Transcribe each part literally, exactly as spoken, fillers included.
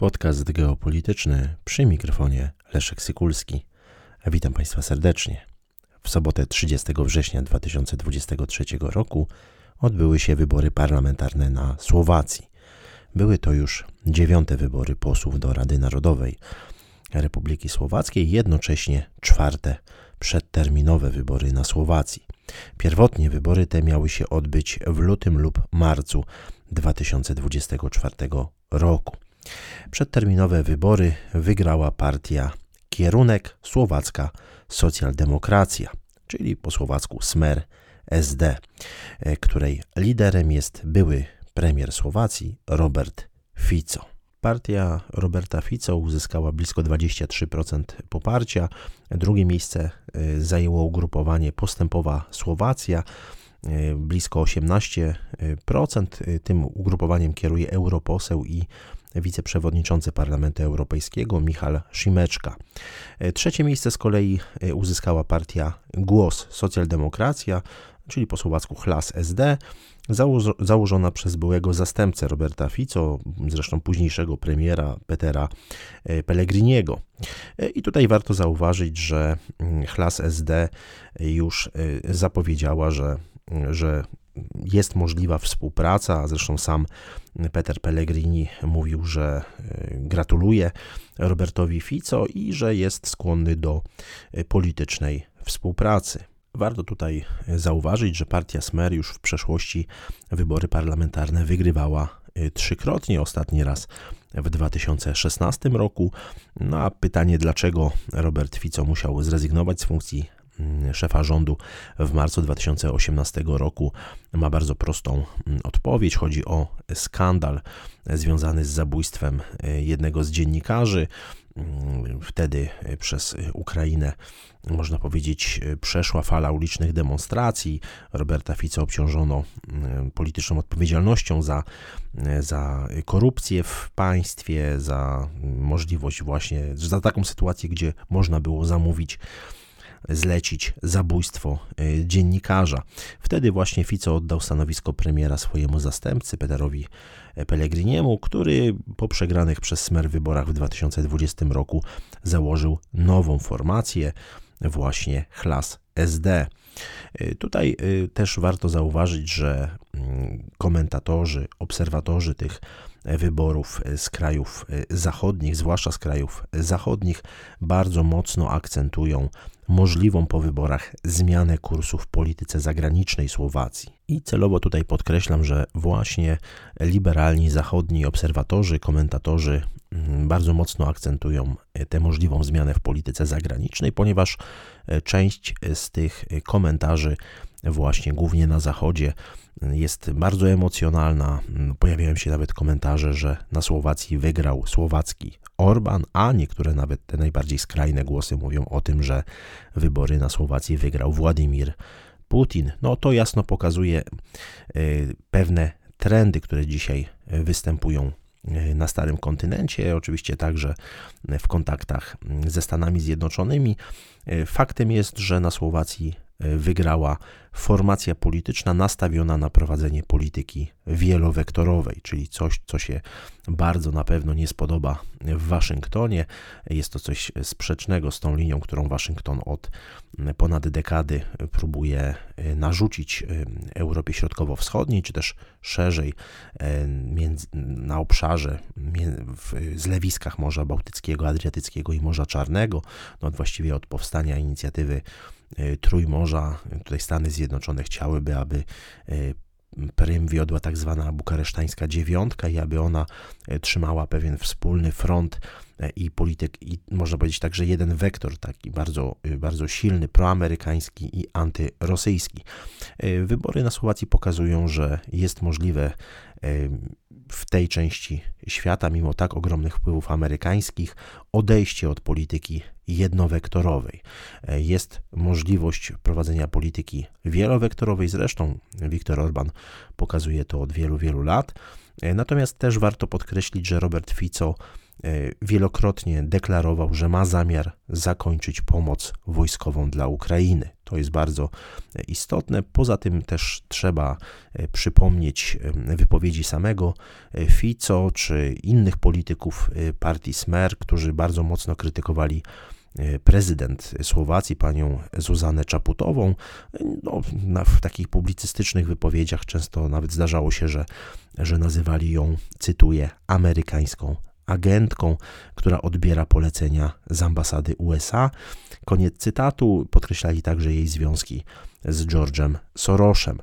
Podcast geopolityczny przy mikrofonie Leszek Sykulski. Witam Państwa serdecznie. W sobotę trzydziestego września dwa tysiące dwudziestego trzeciego roku odbyły się wybory parlamentarne na Słowacji. Były to już dziewiąte wybory posłów do Rady Narodowej Republiki Słowackiej, jednocześnie czwarte przedterminowe wybory na Słowacji. Pierwotnie wybory te miały się odbyć w lutym lub marcu dwa tysiące dwudziestego czwartego roku. Przedterminowe wybory wygrała partia Kierunek Słowacka Socjaldemokracja, czyli po słowacku Smer S D, której liderem jest były premier Słowacji Robert Fico. Partia Roberta Fico uzyskała blisko dwadzieścia trzy procent poparcia. Drugie miejsce zajęło ugrupowanie Postępowa Słowacja, blisko osiemnaście procent. Tym ugrupowaniem kieruje europoseł i wiceprzewodniczący Parlamentu Europejskiego Michal Šimečka. Trzecie miejsce z kolei uzyskała partia Głos Socjaldemokracja, czyli po słowacku Hlas S D, założo- założona przez byłego zastępcę Roberta Fico, zresztą późniejszego premiera Petera Pellegriniego. I tutaj warto zauważyć, że Hlas S D już zapowiedziała, że, że jest możliwa współpraca, zresztą sam Peter Pellegrini mówił, że gratuluje Robertowi Fico i że jest skłonny do politycznej współpracy. Warto tutaj zauważyć, że partia Smer już w przeszłości wybory parlamentarne wygrywała trzykrotnie, ostatni raz w dwa tysiące szesnastym roku. No a pytanie, dlaczego Robert Fico musiał zrezygnować z funkcji szefa rządu w marcu dwa tysiące osiemnastego roku, ma bardzo prostą odpowiedź. Chodzi o skandal związany z zabójstwem jednego z dziennikarzy. Wtedy przez Ukrainę, można powiedzieć, przeszła fala ulicznych demonstracji. Roberta Fico obciążono polityczną odpowiedzialnością za, za korupcję w państwie, za możliwość właśnie, za taką sytuację, gdzie można było zamówić zlecić zabójstwo dziennikarza. Wtedy właśnie Fico oddał stanowisko premiera swojemu zastępcy Peterowi Pellegriniemu, który po przegranych przez Smer wyborach w dwa tysiące dwudziestym roku założył nową formację, właśnie Hlas S D. Tutaj też warto zauważyć, że komentatorzy, obserwatorzy tych wyborów z krajów zachodnich, zwłaszcza z krajów zachodnich, bardzo mocno akcentują możliwą po wyborach zmianę kursu w polityce zagranicznej Słowacji. I celowo tutaj podkreślam, że właśnie liberalni zachodni obserwatorzy, komentatorzy bardzo mocno akcentują tę możliwą zmianę w polityce zagranicznej, ponieważ część z tych komentarzy właśnie głównie na Zachodzie jest bardzo emocjonalna. Pojawiają się nawet komentarze, że na Słowacji wygrał słowacki Orban, a niektóre nawet te najbardziej skrajne głosy mówią o tym, że wybory na Słowacji wygrał Władimir Putin. No to jasno pokazuje pewne trendy, które dzisiaj występują na Starym Kontynencie, oczywiście także w kontaktach ze Stanami Zjednoczonymi. Faktem jest, że na Słowacji wygrała formacja polityczna nastawiona na prowadzenie polityki wielowektorowej, czyli coś, co się bardzo na pewno nie spodoba w Waszyngtonie. Jest to coś sprzecznego z tą linią, którą Waszyngton od ponad dekady próbuje narzucić Europie Środkowo-Wschodniej, czy też szerzej między, na obszarze w zlewiskach Morza Bałtyckiego, Adriatyckiego i Morza Czarnego, no właściwie od powstania inicjatywy Trójmorza. Tutaj Stany Zjednoczone chciałyby, aby prym wiodła tak zwana bukaresztańska dziewiątka i aby ona trzymała pewien wspólny front i polityk, i można powiedzieć także jeden wektor, taki bardzo, bardzo silny, proamerykański i antyrosyjski. Wybory na Słowacji pokazują, że jest możliwe w tej części świata, mimo tak ogromnych wpływów amerykańskich, odejście od polityki jednowektorowej. Jest możliwość prowadzenia polityki wielowektorowej, zresztą Viktor Orban pokazuje to od wielu, wielu lat. Natomiast też warto podkreślić, że Robert Fico wielokrotnie deklarował, że ma zamiar zakończyć pomoc wojskową dla Ukrainy. To jest bardzo istotne. Poza tym też trzeba przypomnieć wypowiedzi samego Fico czy innych polityków partii Smer, którzy bardzo mocno krytykowali prezydent Słowacji, panią Zuzanę Czaputową. No, na, w takich publicystycznych wypowiedziach często nawet zdarzało się, że, że nazywali ją, cytuję, amerykańską agentką, która odbiera polecenia z ambasady U S A. Koniec cytatu. Podkreślali także jej związki z George'em Sorosem.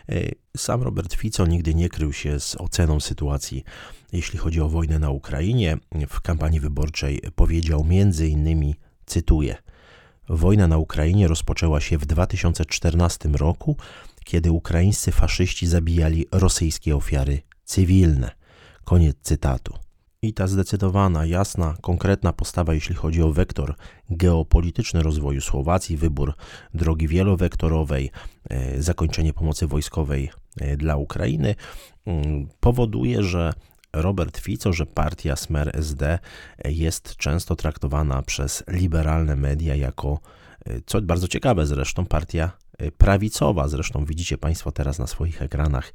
Sam Robert Fico nigdy nie krył się z oceną sytuacji, jeśli chodzi o wojnę na Ukrainie. W kampanii wyborczej powiedział między innymi, cytuję: wojna na Ukrainie rozpoczęła się w dwa tysiące czternastym roku, kiedy ukraińscy faszyści zabijali rosyjskie ofiary cywilne. Koniec cytatu. I ta zdecydowana, jasna, konkretna postawa, jeśli chodzi o wektor geopolityczny rozwoju Słowacji, wybór drogi wielowektorowej, zakończenie pomocy wojskowej dla Ukrainy, powoduje, że Robert Fico, że partia Smer S D jest często traktowana przez liberalne media jako, co bardzo ciekawe zresztą, partia prawicowa. Zresztą widzicie Państwo teraz na swoich ekranach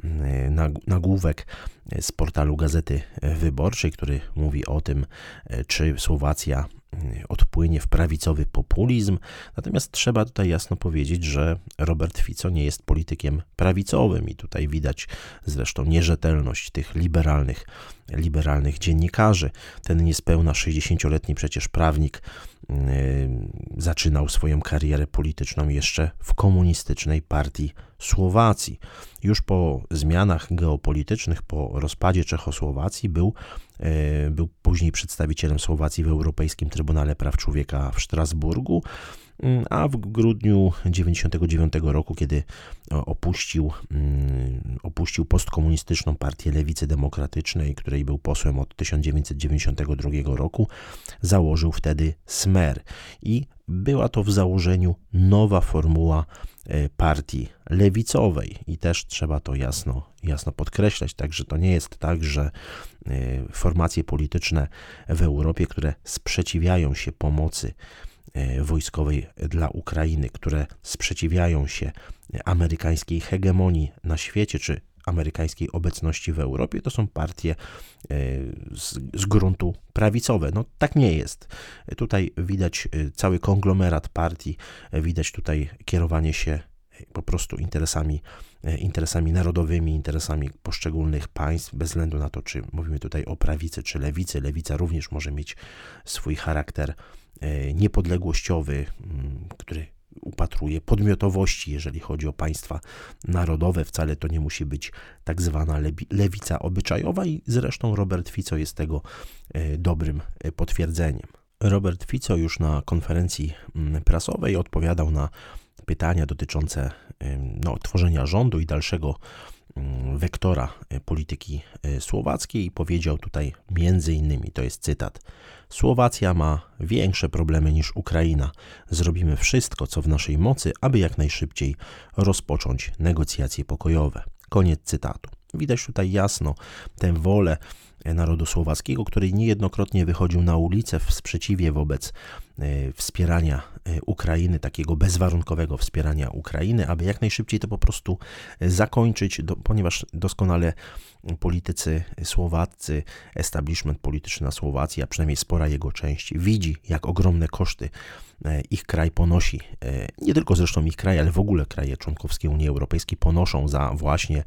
nagłówek z portalu Gazety Wyborczej, który mówi o tym, czy Słowacja odpłynie w prawicowy populizm. Natomiast trzeba tutaj jasno powiedzieć, że Robert Fico nie jest politykiem prawicowym i tutaj widać zresztą nierzetelność tych liberalnych, liberalnych dziennikarzy. Ten niespełna sześćdziesięcioletni przecież prawnik yy, zaczynał swoją karierę polityczną jeszcze w komunistycznej partii Słowacji. Już po zmianach geopolitycznych, po rozpadzie Czechosłowacji był, yy, był później przedstawicielem Słowacji w Europejskim Trybunale Praw Człowieka w Strasburgu, a w grudniu dziewięćdziesiątego dziewiątego roku, kiedy opuścił, opuścił postkomunistyczną partię Lewicy Demokratycznej, której był posłem od tysiąc dziewięćset dziewięćdziesiątego drugiego roku, założył wtedy Smer. I była to w założeniu nowa formuła partii lewicowej i też trzeba to jasno, jasno podkreślać. Także to nie jest tak, że formacje polityczne w Europie, które sprzeciwiają się pomocy wojskowej dla Ukrainy, które sprzeciwiają się amerykańskiej hegemonii na świecie, czy amerykańskiej obecności w Europie, to są partie z, z gruntu prawicowe. No tak nie jest. Tutaj widać cały konglomerat partii, widać tutaj kierowanie się po prostu interesami, interesami narodowymi, interesami poszczególnych państw, bez względu na to, czy mówimy tutaj o prawicy, czy lewicy. Lewica również może mieć swój charakter niepodległościowy, który upatruje podmiotowości, jeżeli chodzi o państwa narodowe. Wcale to nie musi być tak zwana lewica obyczajowa i zresztą Robert Fico jest tego dobrym potwierdzeniem. Robert Fico już na konferencji prasowej odpowiadał na pytania dotyczące no, tworzenia rządu i dalszego wektora polityki słowackiej i powiedział tutaj między innymi, to jest cytat: Słowacja ma większe problemy niż Ukraina. Zrobimy wszystko, co w naszej mocy, aby jak najszybciej rozpocząć negocjacje pokojowe. Koniec cytatu. Widać tutaj jasno tę wolę narodu słowackiego, który niejednokrotnie wychodził na ulicę w sprzeciwie wobec wspierania Ukrainy, takiego bezwarunkowego wspierania Ukrainy, aby jak najszybciej to po prostu zakończyć, do, ponieważ doskonale politycy słowaccy, establishment polityczny na Słowacji, a przynajmniej spora jego część, widzi, jak ogromne koszty ich kraj ponosi, nie tylko zresztą ich kraj, ale w ogóle kraje członkowskie Unii Europejskiej ponoszą za właśnie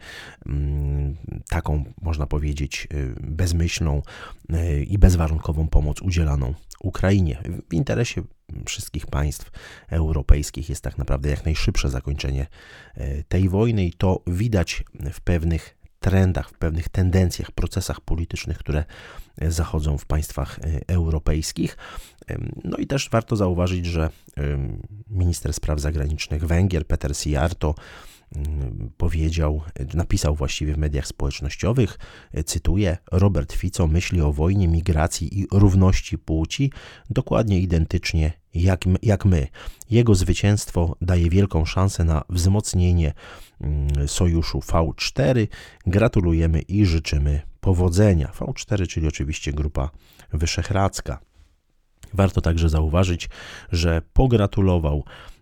taką, można powiedzieć, bezmyślną i bezwarunkową pomoc udzielaną Ukrainie. W interesie wszystkich państw europejskich jest tak naprawdę jak najszybsze zakończenie tej wojny i to widać w pewnych trendach, w pewnych tendencjach, procesach politycznych, które zachodzą w państwach europejskich. No i też warto zauważyć, że minister spraw zagranicznych Węgier, Peter Szijjártó, powiedział, napisał właściwie w mediach społecznościowych, cytuję: Robert Fico myśli o wojnie, migracji i równości płci dokładnie identycznie jak, jak my. Jego zwycięstwo daje wielką szansę na wzmocnienie sojuszu V cztery. Gratulujemy i życzymy powodzenia. V cztery, czyli oczywiście Grupa Wyszehradzka. Warto także zauważyć, że pogratulował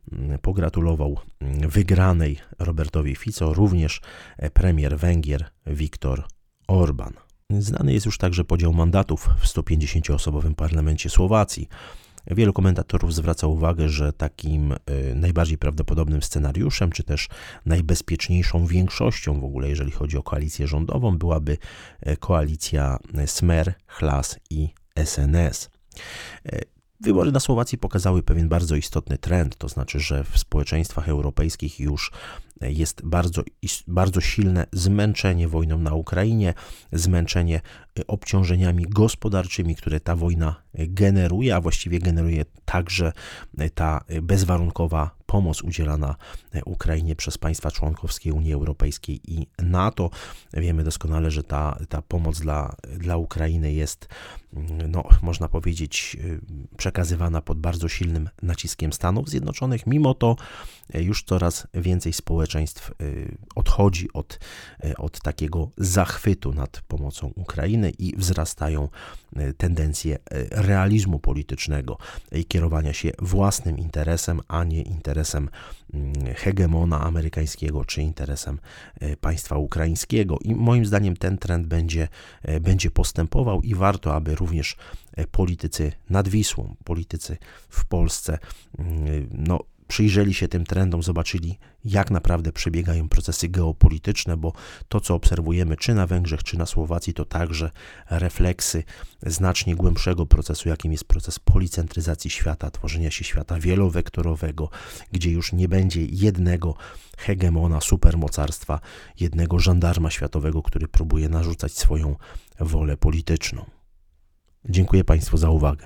pogratulował wygranej Robertowi Fico również premier Węgier Viktor Orban. Znany jest już także podział mandatów w sto pięćdziesięcioosobowym parlamencie Słowacji. Wielu komentatorów zwraca uwagę, że takim najbardziej prawdopodobnym scenariuszem, czy też najbezpieczniejszą większością w ogóle, jeżeli chodzi o koalicję rządową, byłaby koalicja Smer, Hlas i S N S. Wybory na Słowacji pokazały pewien bardzo istotny trend, to znaczy, że w społeczeństwach europejskich już jest bardzo, bardzo silne zmęczenie wojną na Ukrainie, zmęczenie obciążeniami gospodarczymi, które ta wojna generuje, a właściwie generuje także ta bezwarunkowa pomoc udzielana Ukrainie przez państwa członkowskie Unii Europejskiej i NATO. Wiemy doskonale, że ta, ta pomoc dla, dla Ukrainy jest, no, można powiedzieć, przekazywana pod bardzo silnym naciskiem Stanów Zjednoczonych. Mimo to już coraz więcej społeczeństw odchodzi od, od takiego zachwytu nad pomocą Ukrainy i wzrastają tendencje realizmu politycznego i kierowania się własnym interesem, a nie interesem hegemona amerykańskiego czy interesem państwa ukraińskiego. I moim zdaniem ten trend będzie, będzie postępował i warto, aby również politycy nad Wisłą, politycy w Polsce, no, przyjrzeli się tym trendom, zobaczyli, jak naprawdę przebiegają procesy geopolityczne, bo to, co obserwujemy czy na Węgrzech, czy na Słowacji, to także refleksy znacznie głębszego procesu, jakim jest proces policentryzacji świata, tworzenia się świata wielowektorowego, gdzie już nie będzie jednego hegemona, supermocarstwa, jednego żandarma światowego, który próbuje narzucać swoją wolę polityczną. Dziękuję Państwu za uwagę.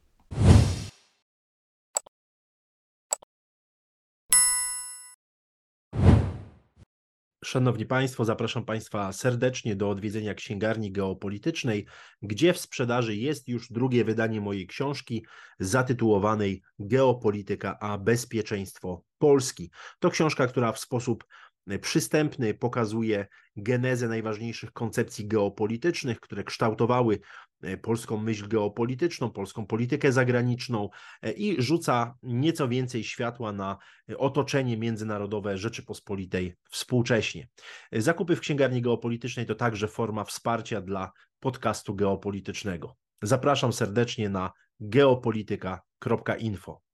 Szanowni Państwo, zapraszam Państwa serdecznie do odwiedzenia Księgarni Geopolitycznej, gdzie w sprzedaży jest już drugie wydanie mojej książki zatytułowanej Geopolityka a bezpieczeństwo Polski. To książka, która w sposób przystępny pokazuje genezę najważniejszych koncepcji geopolitycznych, które kształtowały polską myśl geopolityczną, polską politykę zagraniczną i rzuca nieco więcej światła na otoczenie międzynarodowe Rzeczypospolitej współcześnie. Zakupy w Księgarni Geopolitycznej to także forma wsparcia dla podcastu geopolitycznego. Zapraszam serdecznie na geopolityka kropka info.